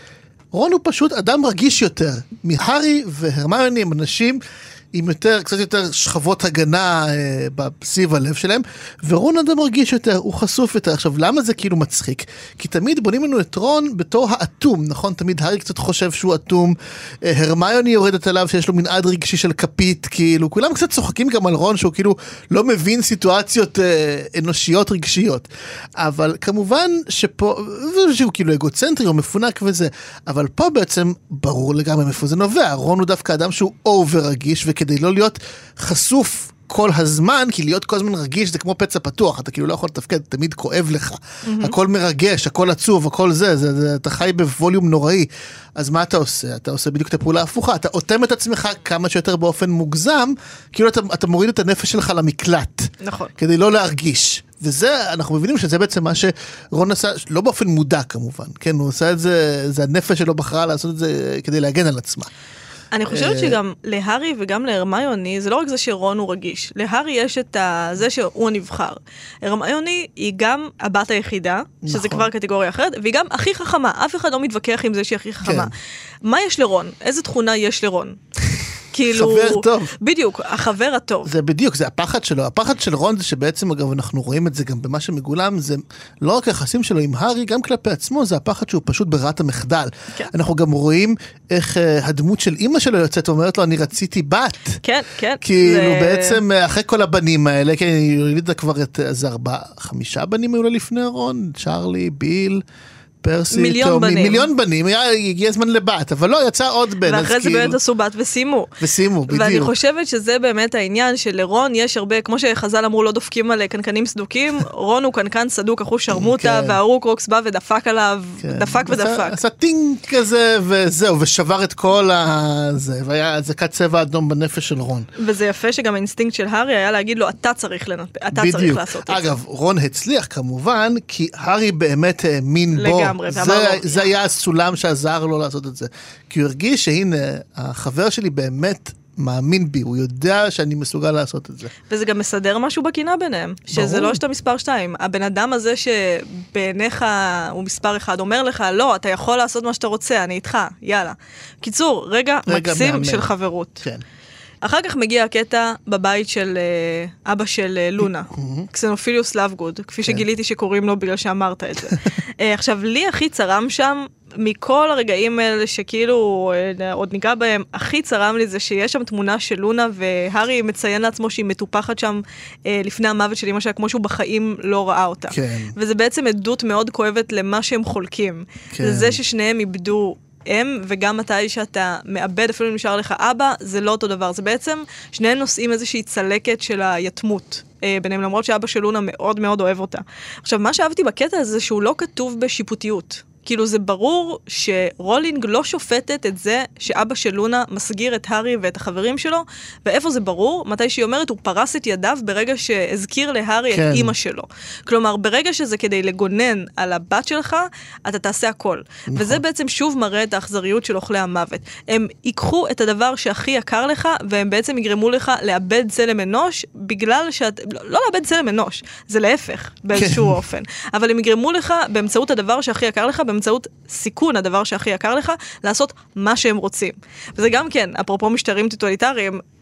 שרון הוא פשוט אדם רגיש יותר. מהרי והרמיוני הם אנשים עם יותר, קצת יותר שכבות הגנה אה, בסביב הלב שלהם, ורון אדם מרגיש יותר, הוא חשוף יותר. עכשיו, למה זה כאילו מצחיק? כי תמיד בונים לנו את רון בתור האטום, נכון? תמיד הארי קצת חושב שהוא אטום, אה, הרמיוני יורדת עליו שיש לו מנעד רגשי של כפית, כאילו, כולם קצת צוחקים גם על רון, שהוא כאילו לא מבין סיטואציות אה, אנושיות רגשיות. אבל כמובן שפה, שהוא כאילו אגוצנטרי או מפונק וזה, אבל פה בעצם ברור לגמרי מאיפה זה נובע. רון הוא דווקא אדם שהוא אובר רגיש, וכדי לא להיות חשוף כל הזמן, כי להיות כל הזמן רגיש זה כמו פצע פתוח, אתה כאילו לא יכול לתפקד, תמיד כואב לך, mm-hmm. הכל מרגש, הכל עצוב, הכל זה, זה, זה, אתה חי בווליום נוראי, אז מה אתה עושה? אתה עושה בדיוק את הפעולה ההפוכה, אתה אוטם את עצמך כמה שיותר באופן מוגזם, כאילו אתה, אתה מוריד את הנפש שלך למקלט, נכון. כדי לא להרגיש. וזה, אנחנו מבינים שזה בעצם מה שרון עשה, לא באופן מודע כמובן, כן, הוא עושה את זה, זה הנפש שלו בחרה לעשות את זה כדי להגן על עצמה. אני חושבת שגם להרי וגם להרמיוני, זה לא רק זה שרון הוא רגיש. להרי יש את זה שהוא הנבחר. הרמיוני היא גם הבת היחידה, שזה כבר קטגוריה אחרת, והיא גם הכי חכמה. אף אחד לא מתווכח עם זה שהיא הכי חכמה. מה יש לרון? איזה תכונה יש לרון? כאילו, חבר טוב. בדיוק, החבר הטוב. זה בדיוק, זה הפחד שלו. הפחד של רון זה שבעצם, אגב, אנחנו רואים את זה גם במה שמגולם, זה לא רק היחסים שלו עם הארי, גם כלפי עצמו, זה הפחד שהוא פשוט ברירת המחדל. כן. אנחנו גם רואים איך uh, הדמות של אמא שלו יוצאת ואומרת לו, אני רציתי בת. כן, כן. כאילו, זה... בעצם, אחרי כל הבנים האלה, כן, היא ילידה כבר את איזה ארבעה, חמישה בנים היו לה לפני רון, צ'רלי, ביל... פרסי, מיליון טומי, בנים. מיליון בנים, הגיע זמן לבת, אבל לא, יצא עוד בן. ואחרי זה באמת עשו בת ושימו. ושימו, בדיוק. ואני חושבת שזה באמת העניין שלרון יש הרבה, כמו שחז"ל אמרו, לא דופקים על קנקנים סדוקים, רון הוא קנקן סדוק, אחו שרמוטה, והאורקרוקס בא ודפק עליו, דפק ודפק. עשה טינג כזה, וזהו, ושבר את כל הזה, והיה הזקת צבע אדום בנפש של רון. וזה יפה שגם האינסטינקט של הארי היה להגיד לו, אתה צריך לעשות את זה. אגב, רון הצליח כמובן, כי הארי באמת האמין בו. זה, זה היה הסולם שעזר לו לעשות את זה. כי הוא הרגיש שהנה, החבר שלי באמת מאמין בי, הוא יודע שאני מסוגל לעשות את זה. וזה גם מסדר משהו בקינה ביניהם, שזה ברור. לא שאתה מספר שתיים. הבן אדם הזה שבעיניך הוא מספר אחד, אומר לך, לא, אתה יכול לעשות מה שאתה רוצה, אני איתך, יאללה. קיצור, רגע, רגע מקסים מאמן. של חברות. כן. אחר כך מגיע הקטע בבית של uh, אבא של uh, לונה, קסנופיליוס לאבגוד, כפי שגיליתי שקוראים לו בגלל שאמרת את זה. uh, עכשיו, לי הכי צרם שם, מכל הרגעים האלה שכאילו uh, עוד ניגע בהם, הכי צרם לי זה שיש שם תמונה של לונה, והרי מציין לעצמו שהיא מטופחת שם uh, לפני המוות של אמא שלה, כמו שהוא בחיים לא ראה אותה. כן. וזה בעצם עדות מאוד כואבת למה שהם חולקים. כן. זה זה ששניהם איבדו הם, וגם מתי שאתה מאבד, אפילו נשאר לך אבא, זה לא אותו דבר. זה בעצם, שניהם נושאים איזושהי צלקת של היתמות אה, ביניהם, למרות שאבא של לונה מאוד מאוד אוהב אותה. עכשיו, מה שאהבתי בקטע הזה, שהוא לא כתוב בשיפוטיות. כאילו זה ברור שרולינג לא שופטת את זה שאבא של לונה מסגיר את הארי ואת החברים שלו, ואיפה זה ברור? מתי שהיא אומרת, הוא פרס את ידיו ברגע שהזכיר להארי כן. את אמא שלו. כלומר, ברגע שזה כדי לגונן על הבת שלך, אתה תעשה הכל. נכון. וזה בעצם שוב מראה את האכזריות של אוכלי המוות. הם ייקחו את הדבר שהכי יקר לך, והם בעצם יגרמו לך לאבד צלם אנוש, בגלל שאת... לא לאבד צלם אנוש, זה להפך, באיזשהו כן. אופן. אבל הם יגרמו לך באמצעות הדבר שהכי יקר לך, באמצעות סיכון, הדבר שהכי יקר לך, לעשות מה שהם רוצים. וזה גם כן, אפרופו משטרים טוטליטריים,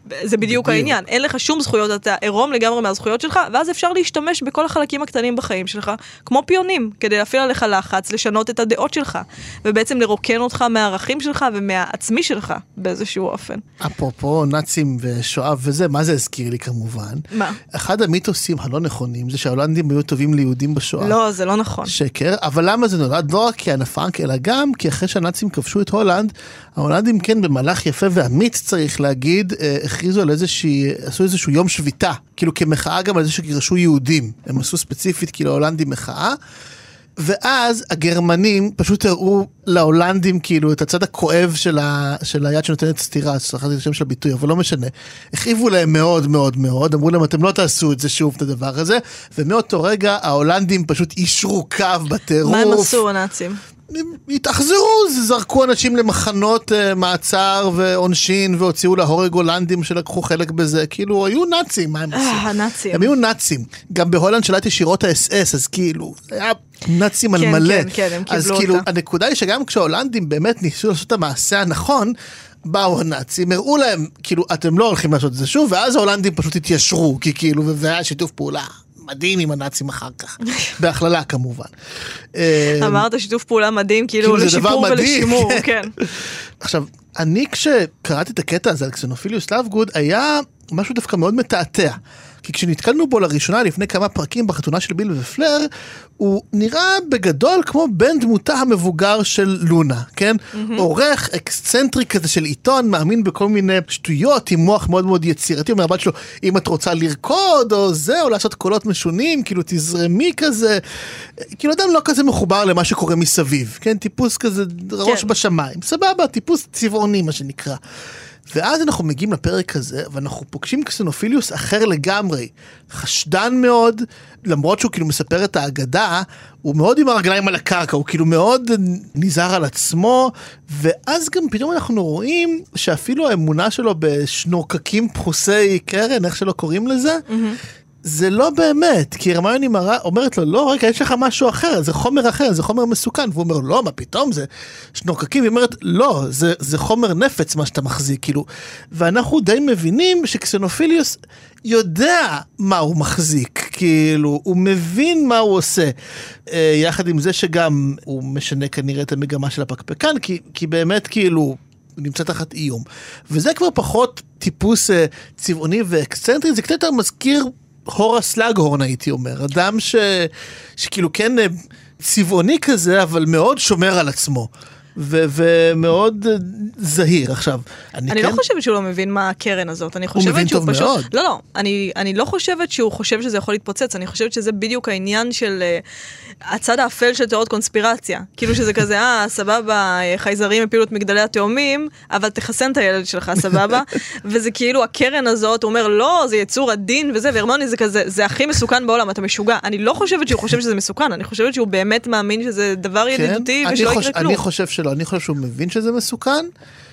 זה בדיוק העניין. אין לך שום זכויות, אתה עירום לגמרי מהזכויות שלך, ואז אפשר להשתמש בכל החלקים הקטנים בחיים שלך, כמו פיונים, כדי להפעיל עליך לחץ, לשנות את הדעות שלך, ובעצם לרוקן אותך מהערכים שלך ומהעצמי שלך, באיזשהו אופן. אפרופו נאצים ושואה וזה, מה זה הזכיר לי כמובן? מה? אחד המיתוסים הלא נכונים, זה שההולנדים היו טובים ליהודים בשואה. לא, זה לא נכון. שקר, אבל למה זה נולד? לא רק כי אנה פרנק, אלא גם כי אחרי שהנאצים כבשו את הולנד, ההולנדים כן במהלך יפה ואמיץ צריך להגיד, הכריזו על איזושהי, עשו איזשהו יום שביתה, כאילו כמחאה גם על זה שגירשו יהודים. הם עשו ספציפית כאילו ההולנדים מחאה, ואז הגרמנים פשוט הראו להולנדים כאילו את הצד הכואב של, ה, של היד שנותנת סתירה, סליחה את השם של הביטוי, אבל לא משנה. הכאיבו להם מאוד מאוד מאוד, אמרו להם אתם לא תעשו את זה שוב את הדבר הזה, ומאותו רגע ההולנדים פשוט אישרו קו בטירוף. מה הם עשו הנאצים? התאכזרו, זרקו אנשים למחנות uh, מעצר ועונשין, והוציאו להורג הולנדים שלקחו חלק בזה, כאילו היו נאצים, מה הם עשו? הנאצים. הם היו נאצים. גם בהולנד שלט ישירות ה-אס אס, אז כאילו, היה נאצים על כן, מלא. כן, כן, הם קיבלו אז אותה. כאילו, הנקודה היא שגם כשההולנדים באמת ניסו לעשות את המעשה הנכון, באו הנאצים, הראו להם, כאילו, אתם לא הולכים לעשות את זה שוב, ואז ההולנדים פשוט התיישרו, כי כאילו, והיה שיתוף פעולה. מדהים עם הנאצים אחר כך, בהכללה כמובן. אמרת שיתוף פעולה מדהים, כאילו לשיפור ולשימור, כן. עכשיו, אני כשקראתי את הקטע הזה על קסנופיליוס לאבגוד, היה משהו דווקא מאוד מתעתע. כי כשנתקלנו בו לראשונה לפני כמה פרקים בחתונה של ביל ופלר, הוא נראה בגדול כמו בן דמותה המבוגר של לונה, כן? Mm-hmm. עורך אקסצנטריק כזה של עיתון, מאמין בכל מיני שטויות, עם מוח מאוד מאוד יצירתי, אומר הבת שלו, אם את רוצה לרקוד או זה, או לעשות קולות משונים, כאילו תזרמי כזה, כאילו אדם לא כזה מחובר למה שקורה מסביב, כן? טיפוס כזה ראש כן. בשמיים, סבבה, טיפוס צבעוני מה שנקרא. ואז אנחנו מגיעים לפרק הזה, ואנחנו פוגשים קסנופיליוס אחר לגמרי, חשדן מאוד, למרות שהוא כאילו מספר את האגדה, הוא מאוד עם הרגליים על הקרקע, הוא כאילו מאוד נזהר על עצמו, ואז גם פתאום אנחנו רואים שאפילו האמונה שלו בשנורקקים פחוסי קרן, איך שלא קוראים לזה, mm-hmm. זה לא באמת, כי הרמיוני אומרת לו, לא, רגע, יש לך משהו אחר, זה חומר אחר, זה חומר מסוכן, והוא אומר, לא, מה פתאום, זה שנורקקים, היא אומרת, לא, זה, זה חומר נפץ מה שאתה מחזיק, כאילו, ואנחנו די מבינים שקסנופיליוס יודע מה הוא מחזיק, כאילו, הוא מבין מה הוא עושה, יחד עם זה שגם הוא משנה כנראה את המגמה של הפקפקן, כי, כי באמת, כאילו, הוא נמצא תחת איום, וזה כבר פחות טיפוס צבעוני ואקסצנטרי, זה קצת יותר מזכיר הורס לגהורן הייתי אומר, אדם ש... שכאילו כן צבעוני כזה, אבל מאוד שומר על עצמו, ו... ומאוד זהיר. עכשיו, אני, אני כן... לא חושבת שהוא לא מבין מה הקרן הזאת, אני הוא חושבת מבין שהוא טוב פשוט... מאוד. לא, לא, אני, אני לא חושבת שהוא חושב שזה יכול להתפוצץ, אני חושבת שזה בדיוק העניין של uh, הצד האפל של תיאוריות קונספירציה, כאילו שזה כזה, אה, סבבה, חייזרים הפילו את מגדלי התאומים, אבל תחסן את הילד שלך, סבבה, וזה כאילו הקרן הזאת, הוא אומר, לא, זה יצור הדין וזה, והרמיוני זה כזה, זה הכי מסוכן בעולם, אתה משוגע. אני לא חושבת שהוא חושב שזה מסוכן, אני חושבת שהוא באמת מאמין שזה דבר ידידותי כן? ושלא חוש... יקרה כלום. אני חושב שלא, אני חושב שהוא מבין שזה מסוכן,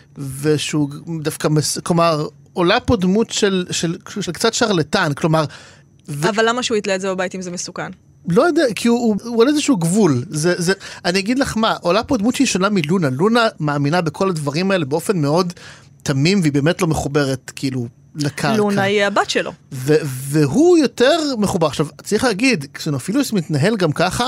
ושהוא דווקא, מס... כלומר, עולה פה דמות של, של, של קצת שרלטן, כלומר... ו... אבל למה שהוא יתלה את זה בבית אם זה מסוכן? לא יודע, כי הוא, הוא, הוא על איזשהו גבול. זה, זה, אני אגיד לך מה, עולה פה דמות שהיא שונה מלונה. לונה מאמינה בכל הדברים האלה באופן מאוד תמים, והיא באמת לא מחוברת, כאילו, לקרקע. לונה היא הבת שלו. ו, והוא יותר מחובר. עכשיו, צריך להגיד, קסנופיליוס מתנהל גם ככה,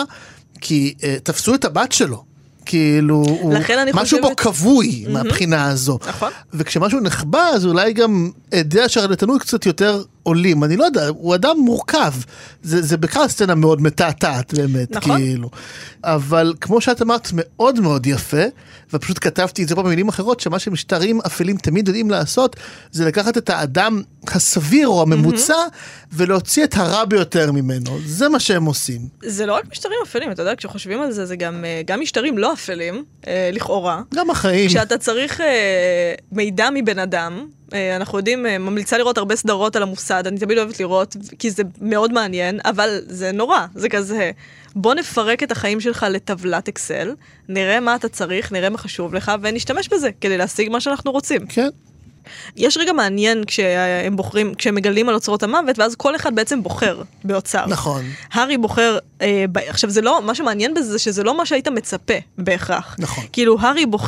כי uh, תפסו את הבת שלו. כאילו, הוא, משהו חושבת... בו כבוי mm-hmm. מהבחינה הזו. נכון. וכשמשהו נחבא, אז אולי גם עדי השרלטנות קצת יותר עולים. אני לא יודע, הוא אדם מורכב. זה, זה בכלל סצנה מאוד מתעתעת, באמת, נכון. כאילו. אבל כמו שאת אמרת, מאוד מאוד יפה, ופשוט כתבתי את זה פה במילים אחרות, שמה שמשטרים אפלים תמיד יודעים לעשות, זה לקחת את האדם הסביר או הממוצע, mm-hmm. ולהוציא את הרע ביותר ממנו. זה מה שהם עושים. זה לא רק משטרים אפלים, אתה יודע, כשחושבים על זה, זה גם, גם משטרים לא אפלים, אה, לכאורה. גם החיים. כשאתה צריך אה, מידע מבן אדם, אנחנו יודעים, ממליצה לראות הרבה סדרות על המוסד, אני תמיד אוהבת לראות, כי זה מאוד מעניין, אבל זה נורא, זה כזה, בוא נפרק את החיים שלך לטבלת אקסל, נראה מה אתה צריך, נראה מה חשוב לך, ונשתמש בזה, כדי להשיג מה שאנחנו רוצים. כן. יש רגע מעניין כשהם בוחרים, כשהם מגלים על אוצרות המוות, ואז כל אחד בעצם בוחר באוצר. נכון. הארי בוחר, אה, ב... עכשיו זה לא, מה שמעניין בזה זה שזה לא מה שהיית מצפה בהכרח. נכון. כאילו הארי בוחר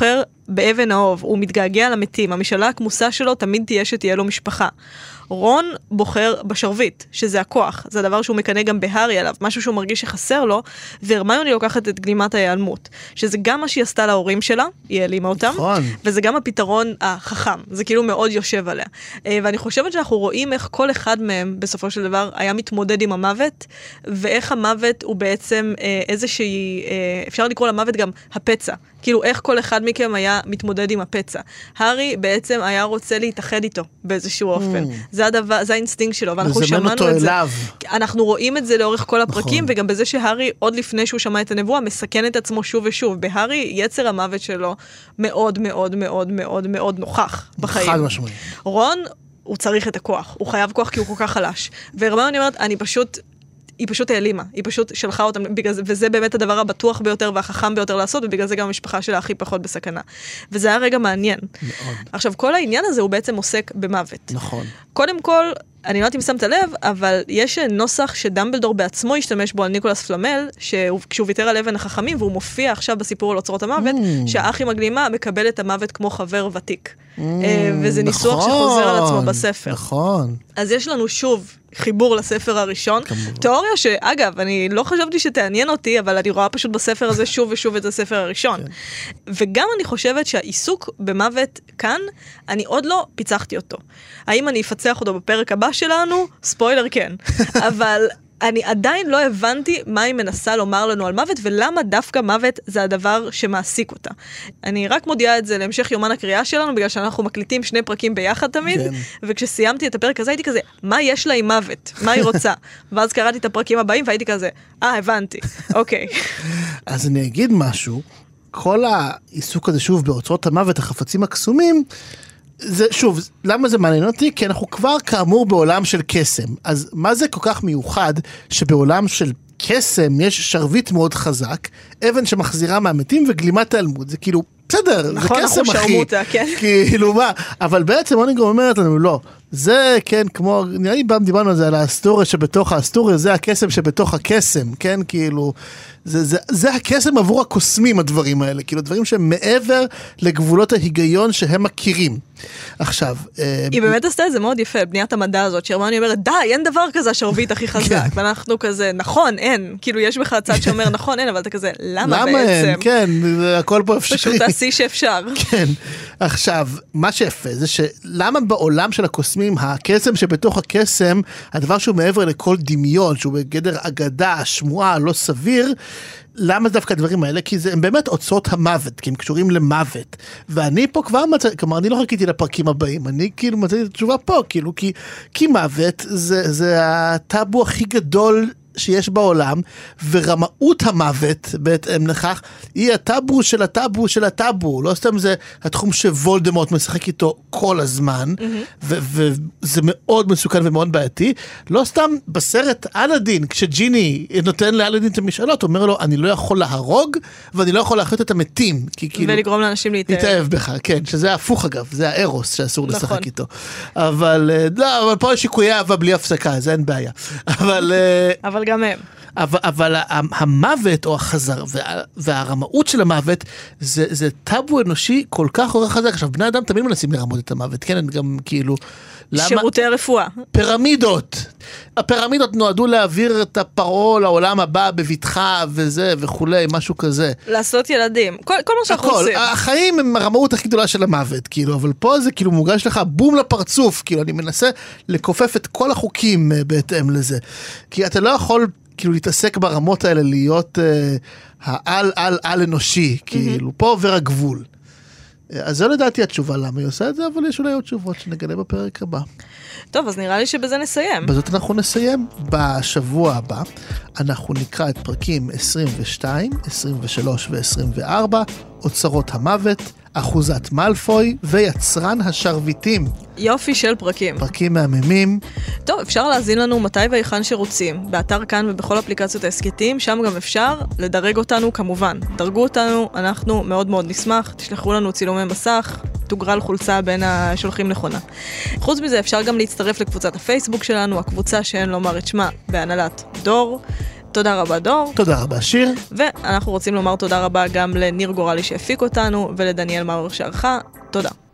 באבן האוב, הוא מתגעגע למתים, המשאלה הכמוסה שלו תמיד תהיה שתהיה לו משפחה. רון בוחר בשרביט, שזה הכוח, זה הדבר שהוא מקנה גם בהרי עליו, משהו שהוא מרגיש שחסר לו, והרמיוני לוקחת את גלימת ההיעלמות, שזה גם מה שהיא עשתה להורים שלה, היא העלימה אותם, נכון. וזה גם הפתרון החכם, זה כאילו מאוד יושב עליה. ואני חושבת שאנחנו רואים איך כל אחד מהם, בסופו של דבר, היה מתמודד עם המוות, ואיך המוות הוא בעצם איזושהי, אפשר לקרוא למוות גם הפצע, כאילו איך כל אחד מכם היה מתמודד עם הפצע. הארי בעצם היה רוצה להתאחד איתו באיזשהו אופן. זה הדבר, זה האינסטינקט שלו, ואנחנו שמענו את זה. אנחנו רואים את זה לאורך כל הפרקים, וגם בזה שהארי, עוד לפני שהוא שמע את הנבואה, מסכן את עצמו שוב ושוב. בהארי, יצר המוות שלו מאוד מאוד מאוד מאוד מאוד נוכח בחיים. חד משמעי. רון, הוא צריך את הכוח. הוא חייב כוח כי הוא כל כך חלש. והרמיוני אומרת, אני פשוט... היא פשוט העלימה, היא פשוט שלחה אותם, זה, וזה באמת הדבר הבטוח ביותר והחכם ביותר לעשות, ובגלל זה גם המשפחה שלה הכי פחות בסכנה. וזה היה רגע מעניין. מאוד. עכשיו, כל העניין הזה הוא בעצם עוסק במוות. נכון. קודם כל, אני לא יודעת אם שמת לב, אבל יש נוסח שדמבלדור בעצמו השתמש בו על ניקולס פלמל, כשהוא ויתר על אבן החכמים, והוא מופיע עכשיו בסיפור על אוצרות המוות, mm. שהאח עם הגלימה מקבל את המוות כמו חבר ותיק. Mm, וזה ניסוח נכון, שחוזר על עצמו בספר. נכון. אז יש לנו שוב חיבור לספר הראשון. כמובן. תיאוריה שאגב, אני לא חשבתי שתעניין אותי, אבל אני רואה פשוט בספר הזה שוב ושוב את הספר הראשון. כן. וגם אני חושבת שהעיסוק במוות כאן, אני עוד לא פיצחתי אותו. האם אני אפצח אותו בפרק הבא שלנו? ספוילר כן. אבל אני עדיין לא הבנתי מה היא מנסה לומר לנו על מוות, ולמה דווקא מוות זה הדבר שמעסיק אותה. אני רק מודיעה את זה להמשך יומן הקריאה שלנו, בגלל שאנחנו מקליטים שני פרקים ביחד תמיד, כן. וכשסיימתי את הפרק הזה הייתי כזה, מה יש לה עם מוות? מה היא רוצה? ואז קראתי את הפרקים הבאים והייתי כזה, אה, הבנתי, אוקיי. אז אני אגיד משהו, כל העיסוק הזה שוב באוצרות המוות, החפצים הקסומים, זה, שוב, למה זה מעניין אותי? כי אנחנו כבר כאמור בעולם של קסם. אז מה זה כל כך מיוחד שבעולם של קסם יש שרביט מאוד חזק, אבן שמחזירה מהמתים וגלימת העלמות? זה כאילו, בסדר, נכון, זה קסם אחי. שרמוטה, כן. כאילו מה? אבל בעצם אוניגרום אומרת לנו, לא. זה כן, כמו, נראה לי פעם דיברנו על זה, על האסטוריה שבתוך האסטוריה, זה הקסם שבתוך הקסם, כן? כאילו, זה, זה, זה הקסם עבור הקוסמים, הדברים האלה, כאילו, דברים שהם מעבר לגבולות ההיגיון שהם מכירים. עכשיו... היא באמת עשתה את זה מאוד יפה, בניית המדע הזאת, שהרמיוני אומרת, די, אין דבר כזה השרביט הכי חזק, ואנחנו כזה, נכון, אין, כאילו, יש בך צד שאומר, נכון, אין, אבל אתה כזה, למה בעצם? למה אין? כן, הכל פה אפשרי. פשוט תעשי שאפשר. כן. עכשיו, מה שיפה זה שלמה בעולם של הקוסמים, הקסם שבתוך הקסם, הדבר שהוא מעבר לכל דמיון, שהוא בגדר אגדה, שמועה, לא סביר, למה דווקא הדברים האלה? כי זה, הם באמת אוצרות המוות, כי הם קשורים למוות. ואני פה כבר מצא, כלומר, אני לא חיכיתי לפרקים הבאים, אני כאילו מצאתי את התשובה פה, כאילו, כי, כי מוות זה, זה הטאבו הכי גדול שיש בעולם, ורמאות המוות, בהתאם לכך, היא הטאבו של הטאבו של הטאבו, לא סתם זה התחום שוולדמורט משחק איתו כל הזמן, mm-hmm. וזה מאוד מסוכן ומאוד בעייתי, לא סתם בסרט אלאדין, כשג'יני נותן לאלאדין את המשאלות, אומר לו, אני לא יכול להרוג, ואני לא יכול להחיות את המתים, כי כאילו... ולגרום לאנשים להתאהב. להתאהב בך, כן, שזה הפוך אגב, זה הארוס שאסור נכון. לשחק איתו. אבל, לא, אבל פה יש שיקויי אהבה בלי הפסקה, זה אין בעיה. אבל... אבל גם הם. אבל, אבל המוות או החזר וה, והרמאות של המוות זה, זה טאבו אנושי כל כך כל כך חזק. עכשיו, בני אדם תמיד מנסים לרמות את המוות, כן? גם כאילו... שירותי למה... רפואה. פירמידות. הפירמידות נועדו להעביר את הפרעה לעולם הבא בבטחה וזה וכולי, משהו כזה. לעשות ילדים. כל, כל מה שאנחנו עושים. החיים הם הרמאות הכי גדולה של המוות, כאילו, אבל פה זה כאילו מוגש לך בום לפרצוף, כאילו, אני מנסה לקופף את כל החוקים בהתאם לזה. כי אתה לא יכול... כאילו להתעסק ברמות האלה, להיות אה, העל על על אנושי, כאילו, פה עובר הגבול. אז זו לדעתי התשובה למה היא עושה את זה, אבל יש אולי עוד תשובות שנגלה בפרק הבא. טוב, אז נראה לי שבזה נסיים. בזאת אנחנו נסיים. בשבוע הבא אנחנו נקרא את פרקים עשרים ושתיים, עשרים ושלוש ו-עשרים וארבע, אוצרות המוות, אחוזת מאלפוי ויצרן השרביטים. יופי של פרקים. פרקים מהממים. טוב, אפשר להזין לנו מתי והיכן שרוצים. באתר כאן ובכל אפליקציות העסקתיים, שם גם אפשר לדרג אותנו כמובן. דרגו אותנו, אנחנו מאוד מאוד נשמח. תשלחו לנו צילומי מסך, תוגרל חולצה בין השולחים נכונה. חוץ מזה, אפשר גם להצטרף לקבוצת הפייסבוק שלנו, הקבוצה שאין לומר את שמה בהנהלת דור. תודה רבה דור. תודה רבה שיר. ואנחנו רוצים לומר תודה רבה גם לניר גורלי שהפיק אותנו, ולדניאל מאור שערכה. תודה.